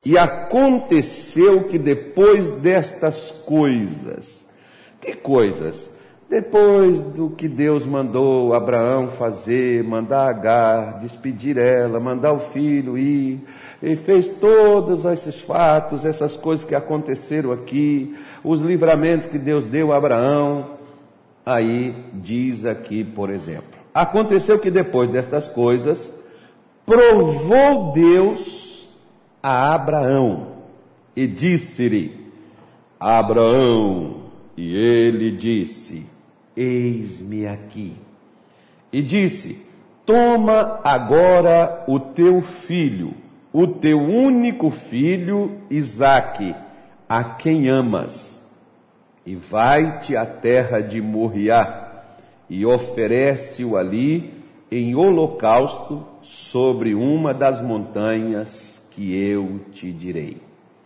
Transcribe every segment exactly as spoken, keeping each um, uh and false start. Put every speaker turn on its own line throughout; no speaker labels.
E aconteceu que depois destas coisas, que coisas? Depois do que Deus mandou Abraão fazer, mandar Agar, despedir ela, mandar o filho ir, ele fez todos esses fatos, essas coisas que aconteceram aqui, os livramentos que Deus deu a Abraão. Aí diz aqui, por exemplo, aconteceu que depois destas coisas, provou Deus a Abraão e disse-lhe: Abraão, e ele disse: eis-me aqui. E disse: toma agora o teu filho, o teu único filho, Isaque, a quem amas, e vai-te à terra de Moriá, e oferece-o ali em holocausto sobre uma das montanhas que eu te direi.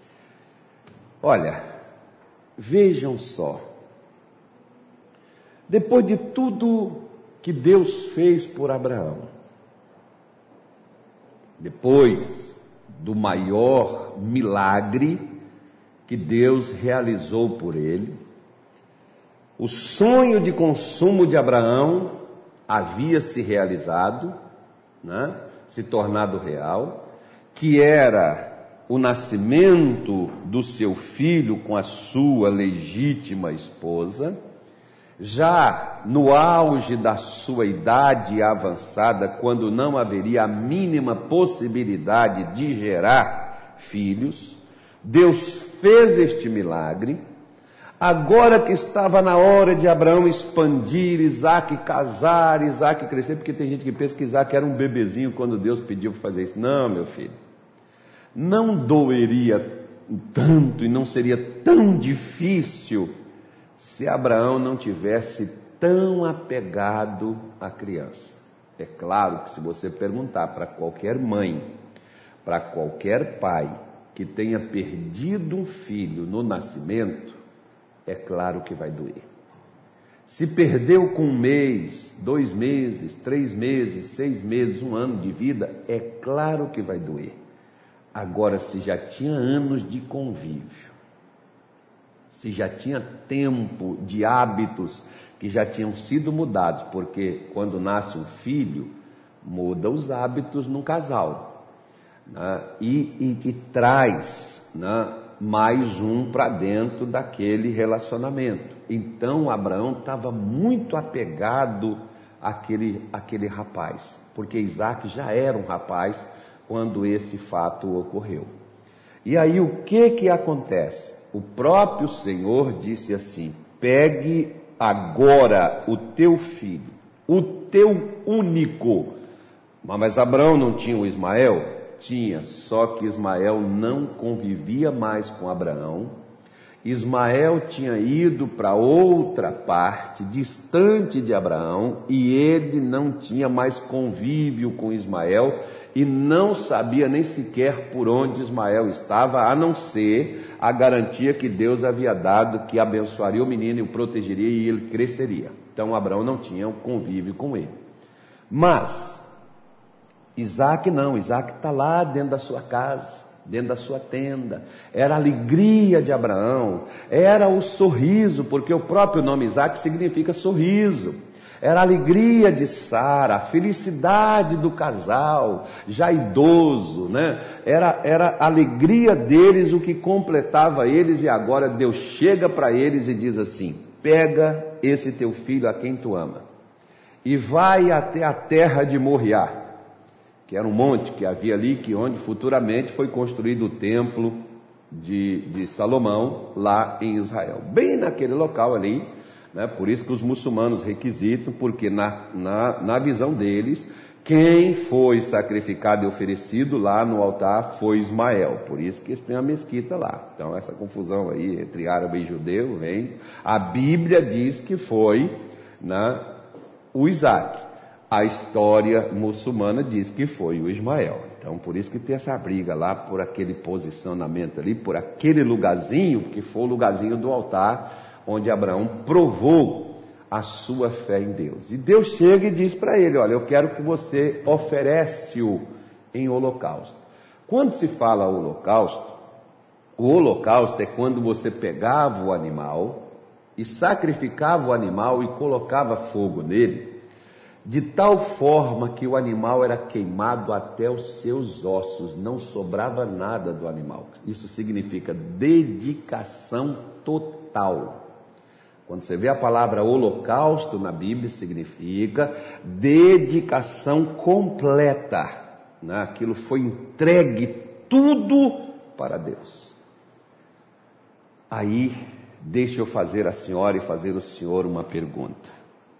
Olha, vejam só, depois de tudo que Deus fez por Abraão, depois do maior milagre que Deus realizou por ele, o sonho de consumo de Abraão havia se realizado, né? Se tornado real, que era o nascimento do seu filho com a sua legítima esposa. Já no auge da sua idade avançada, quando não haveria a mínima possibilidade de gerar filhos, Deus fez este milagre. Agora que estava na hora de Abraão expandir, Isaque casar, Isaque crescer, porque tem gente que pensa que Isaque era um bebezinho quando Deus pediu para fazer isso. Não, meu filho, não doeria tanto e não seria tão difícil se Abraão não tivesse tão apegado à criança. É claro que se você perguntar para qualquer mãe, para qualquer pai que tenha perdido um filho no nascimento, é claro que vai doer. Se perdeu com um mês, dois meses, três meses, seis meses, um ano de vida, é claro que vai doer. Agora, se já tinha anos de convívio, se já tinha tempo de hábitos que já tinham sido mudados, porque quando nasce um filho, muda os hábitos no casal, né? e, e, e traz, né, mais um para dentro daquele relacionamento. Então Abraão estava muito apegado àquele, àquele rapaz, porque Isaque já era um rapaz quando esse fato ocorreu. E aí o que que acontece? O próprio Senhor disse assim: pegue agora o teu filho, o teu único. Mas Abraão não tinha o Ismael? Tinha, só que Ismael não convivia mais com Abraão. Ismael tinha ido para outra parte, distante de Abraão, e ele não tinha mais convívio com Ismael, e não sabia nem sequer por onde Ismael estava, a não ser a garantia que Deus havia dado, que abençoaria o menino e o protegeria e ele cresceria. Então Abraão não tinha um convívio com ele. Mas Isaque não, Isaque está lá dentro da sua casa, dentro da sua tenda. Era a alegria de Abraão, era o sorriso, porque o próprio nome Isaque significa sorriso. Era a alegria de Sara, a felicidade do casal, já idoso, né? Era, era a alegria deles o que completava eles, e agora Deus chega para eles e diz assim: pega esse teu filho a quem tu ama e vai até a terra de Moriá, que era um monte que havia ali, que onde futuramente foi construído o templo de, de Salomão, lá em Israel, bem naquele local ali, né? Por isso que os muçulmanos requisitam, porque na, na, na visão deles, quem foi sacrificado e oferecido lá no altar foi Ismael, por isso que eles têm a mesquita lá. Então essa confusão aí entre árabe e judeu vem, a Bíblia diz que foi, né, o Isaque. A história muçulmana diz que foi o Ismael. Então, por isso que tem essa briga lá, por aquele posicionamento ali, por aquele lugarzinho, que foi o lugarzinho do altar, onde Abraão provou a sua fé em Deus. E Deus chega e diz para ele: olha, eu quero que você oferece-o em holocausto. Quando se fala holocausto, o holocausto é quando você pegava o animal e sacrificava o animal e colocava fogo nele, de tal forma que o animal era queimado até os seus ossos, não sobrava nada do animal. Isso significa dedicação total. Quando você vê a palavra holocausto na Bíblia, significa dedicação completa, né? Aquilo foi entregue tudo para Deus. Aí, deixa eu fazer a senhora e fazer o senhor uma pergunta.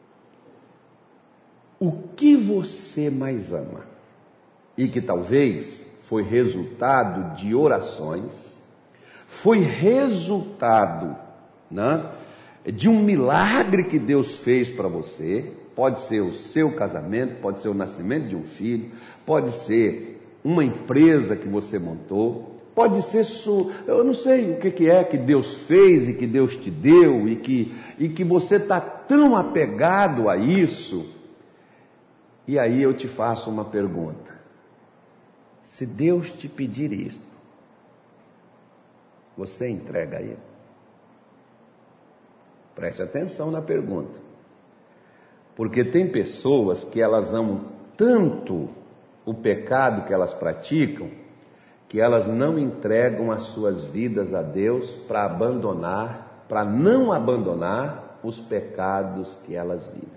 O que você mais ama? E que talvez foi resultado de orações, foi resultado, né, de um milagre que Deus fez para você. Pode ser o seu casamento, pode ser o nascimento de um filho, pode ser uma empresa que você montou, pode ser, su... eu não sei o que, que é que Deus fez e que Deus te deu e que, e que você está tão apegado a isso. E aí eu te faço uma pergunta: se Deus te pedir isto, você entrega a Ele? Preste atenção na pergunta, porque tem pessoas que elas amam tanto o pecado que elas praticam, que elas não entregam as suas vidas a Deus para abandonar, para não abandonar os pecados que elas vivem.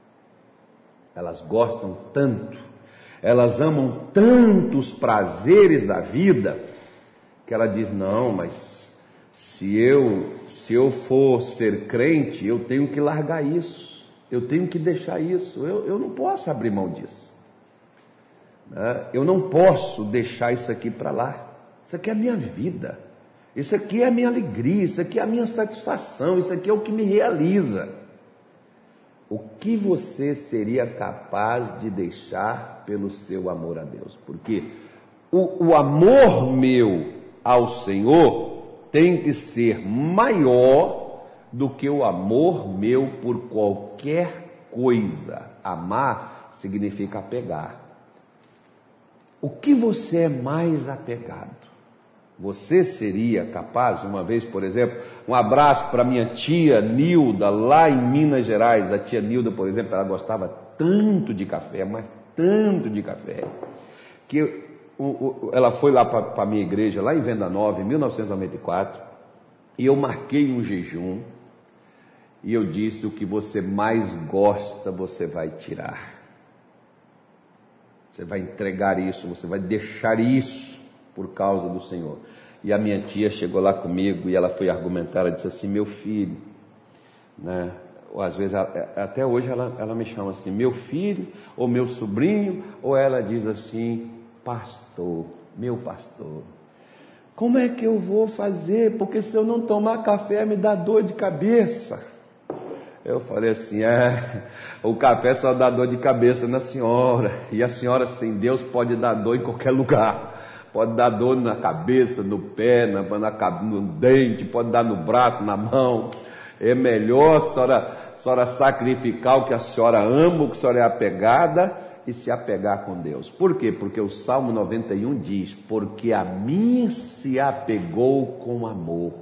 Elas gostam tanto, elas amam tanto os prazeres da vida, que ela diz: não, mas se eu, se eu for ser crente, eu tenho que largar isso, eu tenho que deixar isso, eu, eu não posso abrir mão disso, né? Eu não posso deixar isso aqui para lá. Isso aqui é a minha vida, isso aqui é a minha alegria, isso aqui é a minha satisfação, isso aqui é o que me realiza. O que você seria capaz de deixar pelo seu amor a Deus? Porque o, o amor meu ao Senhor tem que ser maior do que o amor meu por qualquer coisa. Amar significa apegar. O que você é mais apegado? Você seria capaz, uma vez, por exemplo, um abraço para minha tia Nilda, lá em Minas Gerais. A tia Nilda, por exemplo, ela gostava tanto de café, mas tanto de café, que o, o, ela foi lá para a minha igreja, lá em Venda Nova, em mil novecentos e noventa e quatro, e eu marquei um jejum, e eu disse: o que você mais gosta, você vai tirar. Você vai entregar isso, você vai deixar isso por causa do Senhor. E a minha tia chegou lá comigo e ela foi argumentar, ela disse assim: meu filho, né? Ou às vezes, até hoje ela, ela me chama assim, meu filho, ou meu sobrinho, ou ela diz assim, pastor, meu pastor, como é que eu vou fazer? Porque se eu não tomar café me dá dor de cabeça. Eu falei assim: é, o café só dá dor de cabeça na senhora, e a senhora sem Deus pode dar dor em qualquer lugar. Pode dar dor na cabeça, no pé, na, na, no dente, pode dar no braço, na mão. É melhor a senhora, a senhora sacrificar o que a senhora ama, o que a senhora é apegada, e se apegar com Deus. Por quê? Porque o Salmo noventa e um diz: porque a mim se apegou com amor.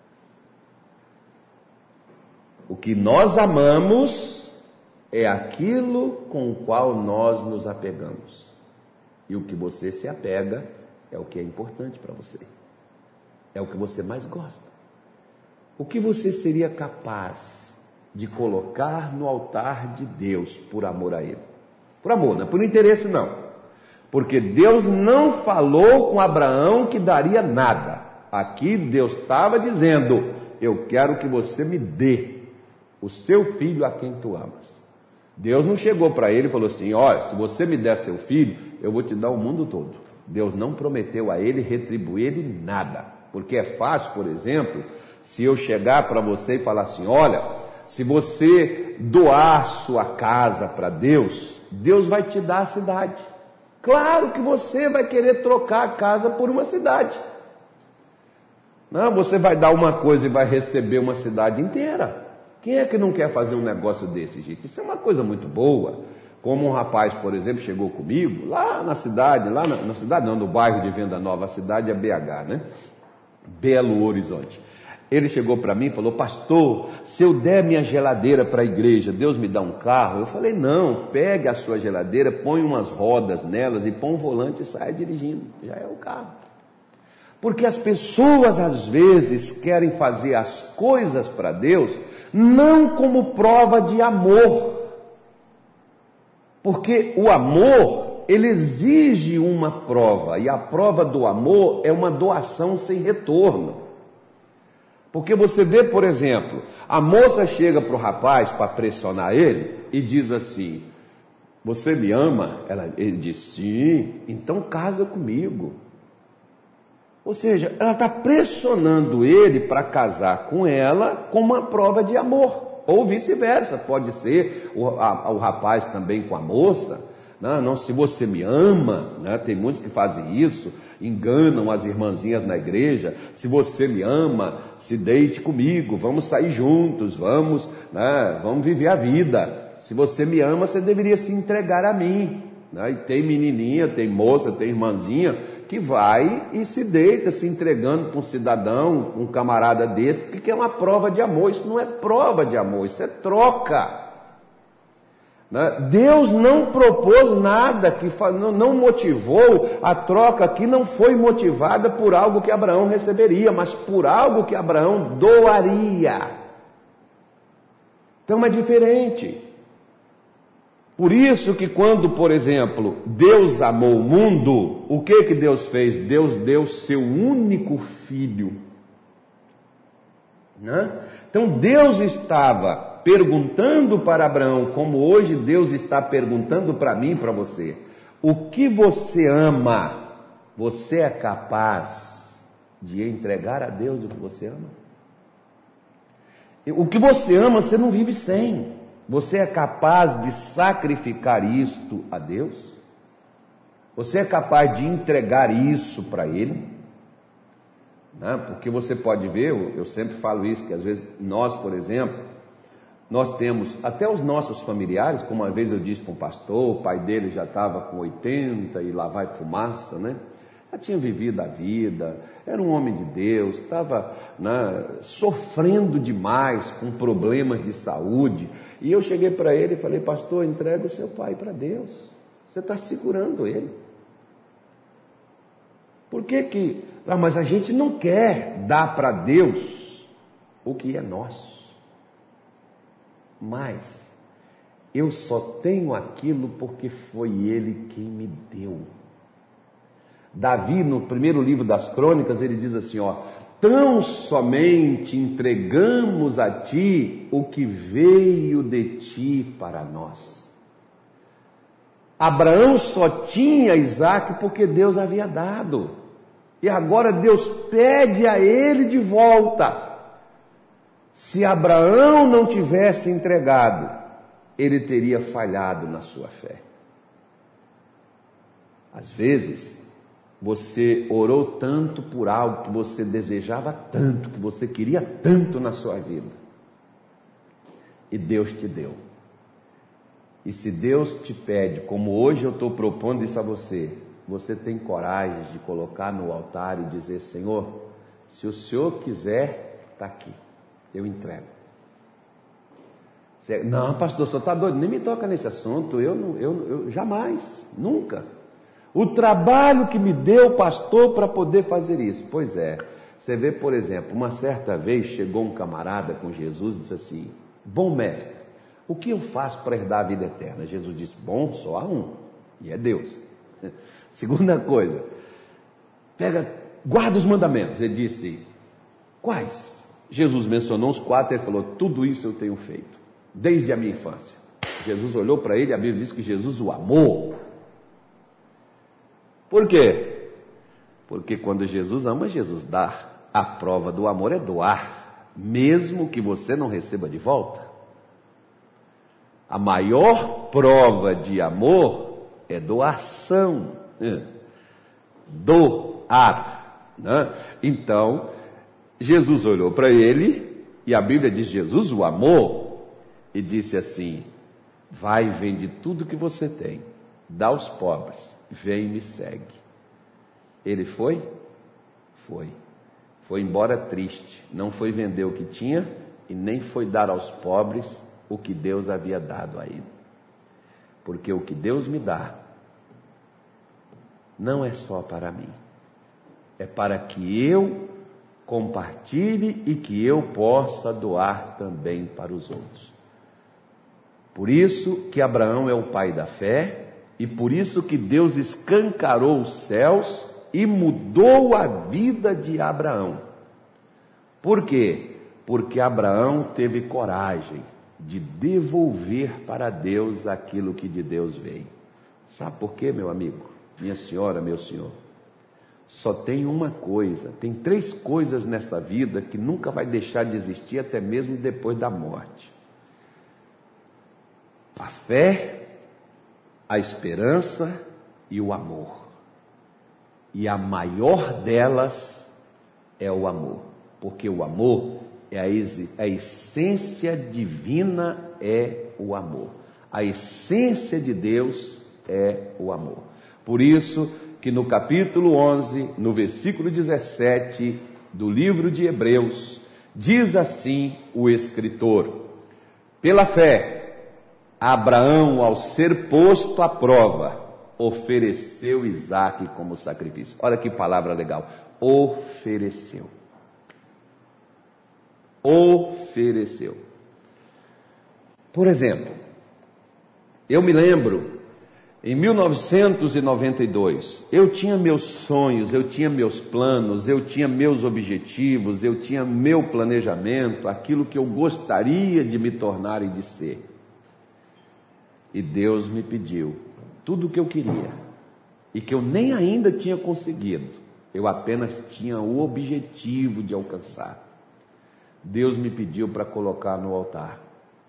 O que nós amamos é aquilo com o qual nós nos apegamos. E o que você se apega é o que é importante para você. É o que você mais gosta. O que você seria capaz de colocar no altar de Deus por amor a Ele? Por amor, não é por interesse não. Porque Deus não falou com Abraão que daria nada. Aqui Deus estava dizendo: eu quero que você me dê o seu filho a quem tu amas. Deus não chegou para ele e falou assim: olha, se você me der seu filho, eu vou te dar o mundo todo. Deus não prometeu a ele retribuir-lhe nada. Porque é fácil, por exemplo, se eu chegar para você e falar assim: olha, se você doar sua casa para Deus, Deus vai te dar a cidade. Claro que você vai querer trocar a casa por uma cidade. Não, você vai dar uma coisa e vai receber uma cidade inteira. Quem é que não quer fazer um negócio desse, gente? Isso é uma coisa muito boa. Como um rapaz, por exemplo, chegou comigo, lá na cidade, lá na, na cidade não, no bairro de Venda Nova, a cidade é B H, né? Belo Horizonte. Ele chegou para mim e falou: pastor, se eu der minha geladeira para a igreja, Deus me dá um carro? Eu falei: não, pegue a sua geladeira, põe umas rodas nelas e põe um volante e saia dirigindo, já é o carro. Porque as pessoas às vezes querem fazer as coisas para Deus não como prova de amor. Porque o amor, ele exige uma prova, e a prova do amor é uma doação sem retorno. Porque você vê, por exemplo, a moça chega para o rapaz para pressionar ele e diz assim: você me ama? Ela, ele diz: sim, então casa comigo. Ou seja, ela está pressionando ele para casar com ela com uma prova de amor. Ou vice-versa, pode ser o, a, o rapaz também com a moça. Não, não, se você me ama, né? Tem muitos que fazem isso, enganam as irmãzinhas na igreja. Se você me ama, se deite comigo, vamos sair juntos, vamos, né? Vamos viver a vida. Se você me ama, você deveria se entregar a mim. Né? E tem menininha, tem moça, tem irmãzinha que vai e se deita se entregando para um cidadão, um camarada desse, porque é uma prova de amor. Isso não é prova de amor, isso é troca. Né? Deus não propôs nada, que não motivou a troca aqui, não foi motivada por algo que Abraão receberia, mas por algo que Abraão doaria. Então é diferente. Por isso que quando, por exemplo, Deus amou o mundo, o que que Deus fez? Deus deu seu único filho. Né? Então Deus estava perguntando para Abraão, como hoje Deus está perguntando para mim e para você: o que você ama, você é capaz de entregar a Deus o que você ama? O que você ama, você não vive sem. Você é capaz de sacrificar isto a Deus? Você é capaz de entregar isso para Ele? Né? Porque você pode ver, eu, eu sempre falo isso, que às vezes nós, por exemplo, nós temos até os nossos familiares, como uma vez eu disse para um pastor, o pai dele já estava com oitenta e lá vai fumaça, né? Já tinha vivido a vida, era um homem de Deus, estava, né, sofrendo demais com problemas de saúde. E eu cheguei para ele e falei: pastor, entrega o seu pai para Deus, você está segurando ele. Por que que... Ah, mas a gente não quer dar para Deus o que é nosso. Mas eu só tenho aquilo porque foi Ele quem me deu. Davi, no primeiro livro das Crônicas, ele diz assim, ó: tão somente entregamos a ti o que veio de ti para nós. Abraão só tinha Isaque porque Deus havia dado. E agora Deus pede a ele de volta. Se Abraão não tivesse entregado, ele teria falhado na sua fé. Às vezes, você orou tanto por algo que você desejava tanto, que você queria tanto na sua vida, e Deus te deu. E se Deus te pede, como hoje eu estou propondo isso a você, você tem coragem de colocar no altar e dizer: Senhor, se o Senhor quiser, está aqui, eu entrego. Você, não, pastor, o senhor está doido, nem me toca nesse assunto, eu, não, eu, eu jamais, nunca. O trabalho que me deu, pastor, para poder fazer isso. Pois é, você vê, por exemplo, uma certa vez chegou um camarada com Jesus e disse assim: bom mestre, o que eu faço para herdar a vida eterna? Jesus disse: bom, só há um, e é Deus. Segunda coisa, pega, guarda os mandamentos. Ele disse: quais? Jesus mencionou os quatro, ele falou: tudo isso eu tenho feito, desde a minha infância. Jesus olhou para ele, a Bíblia diz que Jesus o amou. Por quê? Porque quando Jesus ama, Jesus dá. A prova do amor é doar, mesmo que você não receba de volta. A maior prova de amor é doação. Doar, né? Então, Jesus olhou para ele, e a Bíblia diz: Jesus o amou, e disse assim: vai e vende tudo que você tem, dá aos pobres, vem e me segue. Ele foi? Foi. Foi embora triste, não foi vender o que tinha e nem foi dar aos pobres o que Deus havia dado a ele. Porque o que Deus me dá não é só para mim, é para que eu compartilhe e que eu possa doar também para os outros. Por isso que Abraão é o pai da fé e por isso que Deus escancarou os céus e mudou a vida de Abraão. Por quê? Porque Abraão teve coragem de devolver para Deus aquilo que de Deus veio. Sabe por quê, meu amigo, minha senhora, meu senhor? Só tem uma coisa, tem três coisas nesta vida que nunca vai deixar de existir até mesmo depois da morte: a fé, a esperança e o amor. E a maior delas é o amor, porque o amor é a, a essência divina, é o amor. A essência de Deus é o amor. Por isso que no capítulo onze, no versículo dezessete do livro de Hebreus, diz assim o escritor: pela fé, Abraão, ao ser posto à prova, ofereceu Isaque como sacrifício. Olha que palavra legal. Ofereceu. Ofereceu. Por exemplo, eu me lembro, em mil novecentos e noventa e dois, eu tinha meus sonhos, eu tinha meus planos, eu tinha meus objetivos, eu tinha meu planejamento, aquilo que eu gostaria de me tornar e de ser. E Deus me pediu tudo o que eu queria, e que eu nem ainda tinha conseguido, eu apenas tinha o objetivo de alcançar. Deus me pediu para colocar no altar.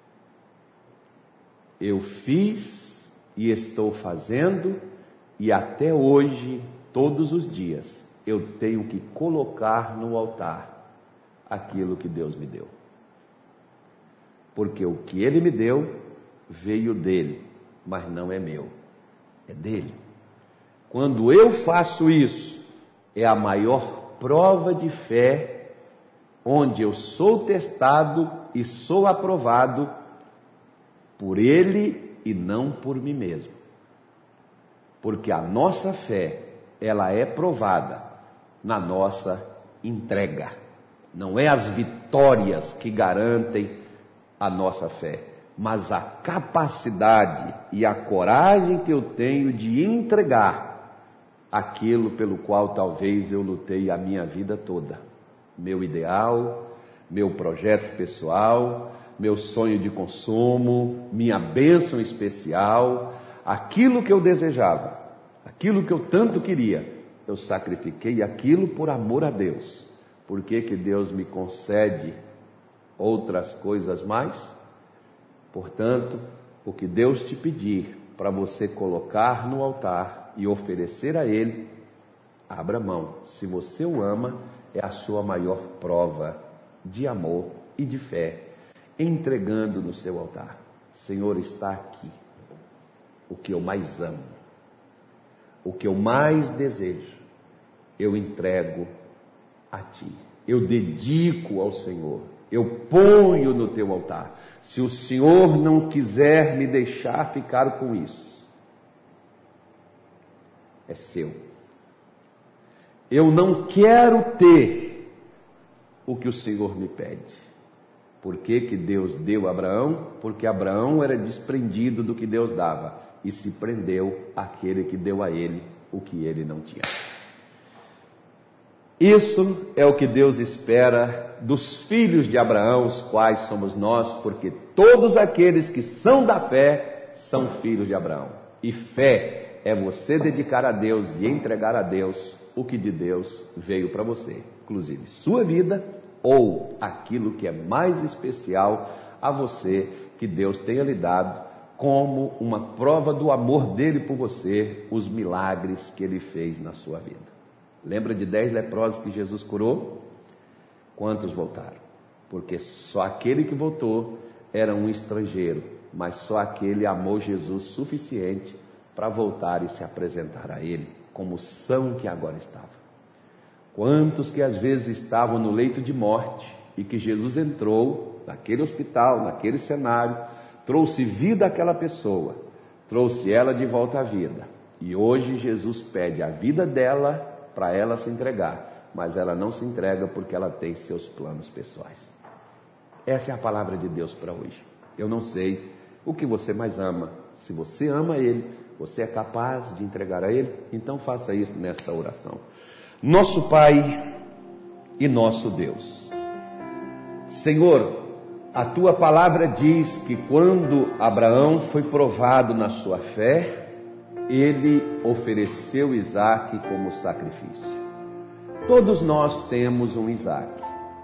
Eu fiz e estou fazendo, e até hoje, todos os dias, eu tenho que colocar no altar aquilo que Deus me deu. Porque o que Ele me deu veio dele, mas não é meu, é dele. Quando eu faço isso, é a maior prova de fé, onde eu sou testado e sou aprovado por ele e não por mim mesmo. Porque a nossa fé, ela é provada na nossa entrega. Não é as vitórias que garantem a nossa fé, mas a capacidade e a coragem que eu tenho de entregar aquilo pelo qual talvez eu lutei a minha vida toda. Meu ideal, meu projeto pessoal, meu sonho de consumo, minha bênção especial, aquilo que eu desejava, aquilo que eu tanto queria, eu sacrifiquei aquilo por amor a Deus. Por que que Deus me concede outras coisas mais? Portanto, o que Deus te pedir para você colocar no altar e oferecer a Ele, abra mão. Se você o ama, é a sua maior prova de amor e de fé, entregando no seu altar. Senhor, está aqui o que eu mais amo, o que eu mais desejo, eu entrego a Ti, eu dedico ao Senhor, eu ponho no Teu altar. Se o Senhor não quiser me deixar ficar com isso, é seu. Eu não quero ter o que o Senhor me pede. Por que que Deus deu a Abraão? Porque Abraão era desprendido do que Deus dava e se prendeu àquele que deu a ele o que ele não tinha. Isso é o que Deus espera dos filhos de Abraão, os quais somos nós, porque todos aqueles que são da fé são filhos de Abraão. E fé é você dedicar a Deus e entregar a Deus o que de Deus veio para você, inclusive sua vida ou aquilo que é mais especial a você, que Deus tenha lhe dado como uma prova do amor dele por você, os milagres que ele fez na sua vida. Lembra de dez leprosos que Jesus curou? Quantos voltaram? Porque só aquele que voltou era um estrangeiro, mas só aquele amou Jesus suficiente para voltar e se apresentar a Ele, como são que agora estava. Quantos que às vezes estavam no leito de morte e que Jesus entrou naquele hospital, naquele cenário, trouxe vida àquela pessoa, trouxe ela de volta à vida. E hoje Jesus pede a vida dela para ela se entregar, mas ela não se entrega porque ela tem seus planos pessoais. Essa é a palavra de Deus para hoje. Eu não sei o que você mais ama. Se você ama Ele, você é capaz de entregar a Ele? Então faça isso nessa oração. Nosso Pai e nosso Deus, Senhor, a Tua palavra diz que quando Abraão foi provado na sua fé, ele ofereceu Isaque como sacrifício. Todos nós temos um Isaque.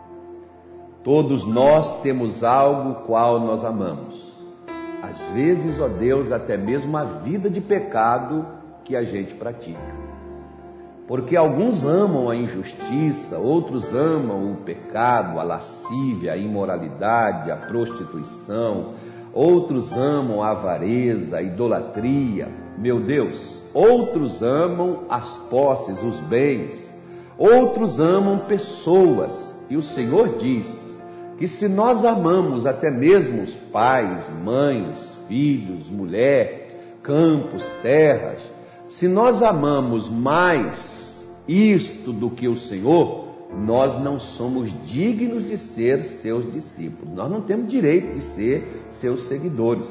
Todos nós temos algo qual nós amamos. Às vezes, ó Deus, até mesmo a vida de pecado que a gente pratica. Porque alguns amam a injustiça, outros amam o pecado, a lascívia, a imoralidade, a prostituição, outros amam a avareza, a idolatria. Meu Deus, outros amam as posses, os bens, outros amam pessoas. E o Senhor diz que se nós amamos até mesmo os pais, mães, filhos, mulher, campos, terras, se nós amamos mais isto do que o Senhor, nós não somos dignos de ser seus discípulos. Nós não temos direito de ser seus seguidores.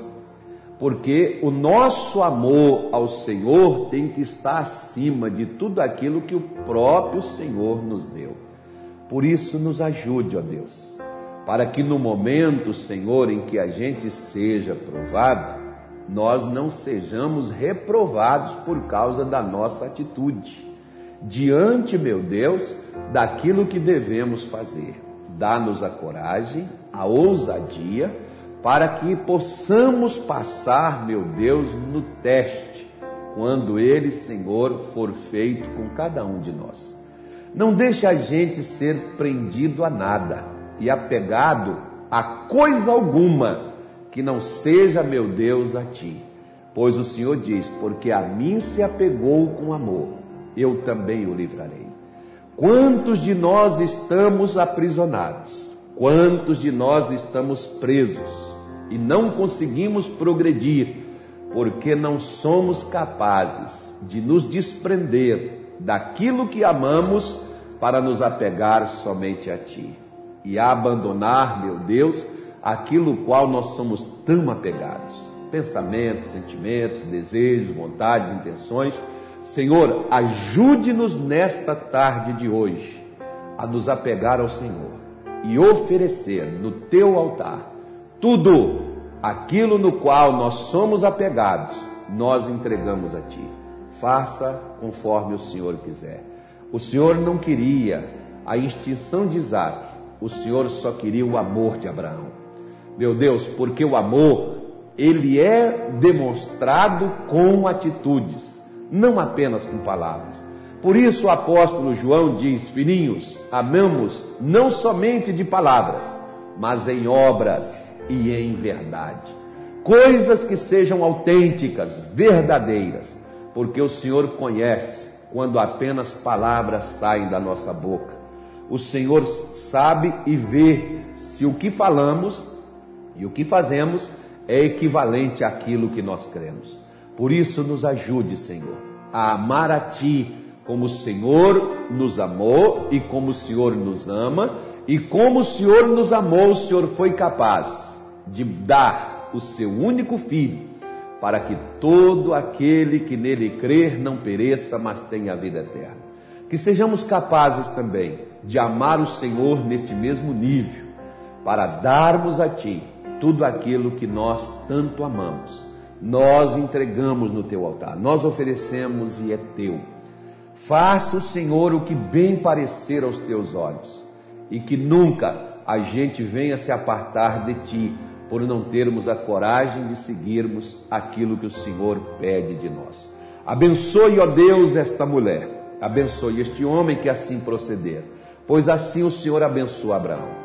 Porque o nosso amor ao Senhor tem que estar acima de tudo aquilo que o próprio Senhor nos deu. Por isso nos ajude, ó Deus, para que no momento, Senhor, em que a gente seja provado, nós não sejamos reprovados por causa da nossa atitude. Diante, meu Deus, daquilo que devemos fazer. Dá-nos a coragem, a ousadia, para que possamos passar, meu Deus, no teste, quando ele, Senhor, for feito com cada um de nós. Não deixe a gente ser prendido a nada e apegado a coisa alguma que não seja, meu Deus, a Ti. Pois o Senhor diz, porque a mim se apegou com amor, eu também o livrarei. Quantos de nós estamos aprisionados? Quantos de nós estamos presos e não conseguimos progredir, porque não somos capazes de nos desprender daquilo que amamos para nos apegar somente a Ti e a abandonar, meu Deus, aquilo qual nós somos tão apegados, pensamentos, sentimentos, desejos, vontades, intenções. Senhor, ajude-nos nesta tarde de hoje a nos apegar ao Senhor e oferecer no Teu altar tudo aquilo no qual nós somos apegados, nós entregamos a Ti. Faça conforme o Senhor quiser. O Senhor não queria a extinção de Isaque, o Senhor só queria o amor de Abraão. Meu Deus, porque o amor, ele é demonstrado com atitudes, não apenas com palavras. Por isso o apóstolo João diz, filhinhos, amamos não somente de palavras, mas em obras e em verdade. Coisas que sejam autênticas, verdadeiras, porque o Senhor conhece quando apenas palavras saem da nossa boca. O Senhor sabe e vê se o que falamos e o que fazemos é equivalente àquilo que nós cremos. Por isso nos ajude, Senhor, a amar a Ti como o Senhor nos amou e como o Senhor nos ama, e como o Senhor nos amou, o Senhor foi capaz de dar o seu único Filho, para que todo aquele que nele crer não pereça, mas tenha a vida eterna. Que sejamos capazes também de amar o Senhor neste mesmo nível, para darmos a Ti tudo aquilo que nós tanto amamos. Nós entregamos no Teu altar, nós oferecemos e é Teu. Faça o Senhor o que bem parecer aos Teus olhos, e que nunca a gente venha se apartar de Ti, por não termos a coragem de seguirmos aquilo que o Senhor pede de nós. Abençoe, ó Deus, esta mulher, abençoe este homem que assim proceder, pois assim o Senhor abençoa Abraão.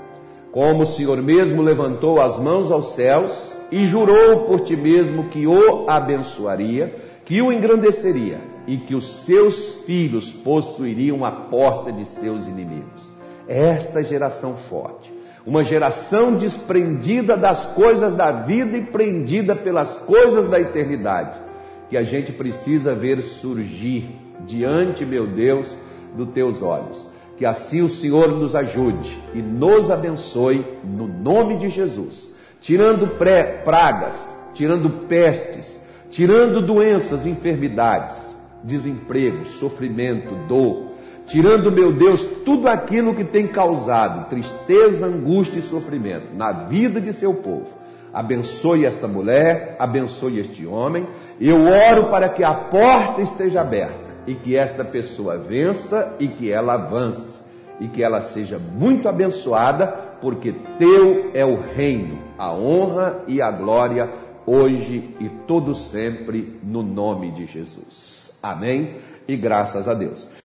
como o Senhor mesmo levantou as mãos aos céus e jurou por ti mesmo que o abençoaria, que o engrandeceria e que os seus filhos possuiriam a porta de seus inimigos. Esta geração forte, uma geração desprendida das coisas da vida e prendida pelas coisas da eternidade, que a gente precisa ver surgir diante, meu Deus, dos teus olhos. Que assim o Senhor nos ajude e nos abençoe no nome de Jesus, tirando pré, pragas, tirando pestes, tirando doenças, enfermidades, desemprego, sofrimento, dor, tirando, meu Deus, tudo aquilo que tem causado tristeza, angústia e sofrimento na vida de seu povo. Abençoe esta mulher, abençoe este homem. Eu oro para que a porta esteja aberta e que esta pessoa vença e que ela avance e que ela seja muito abençoada, porque teu é o reino, a honra e a glória hoje e todo sempre, no nome de Jesus. Amém? E graças a Deus.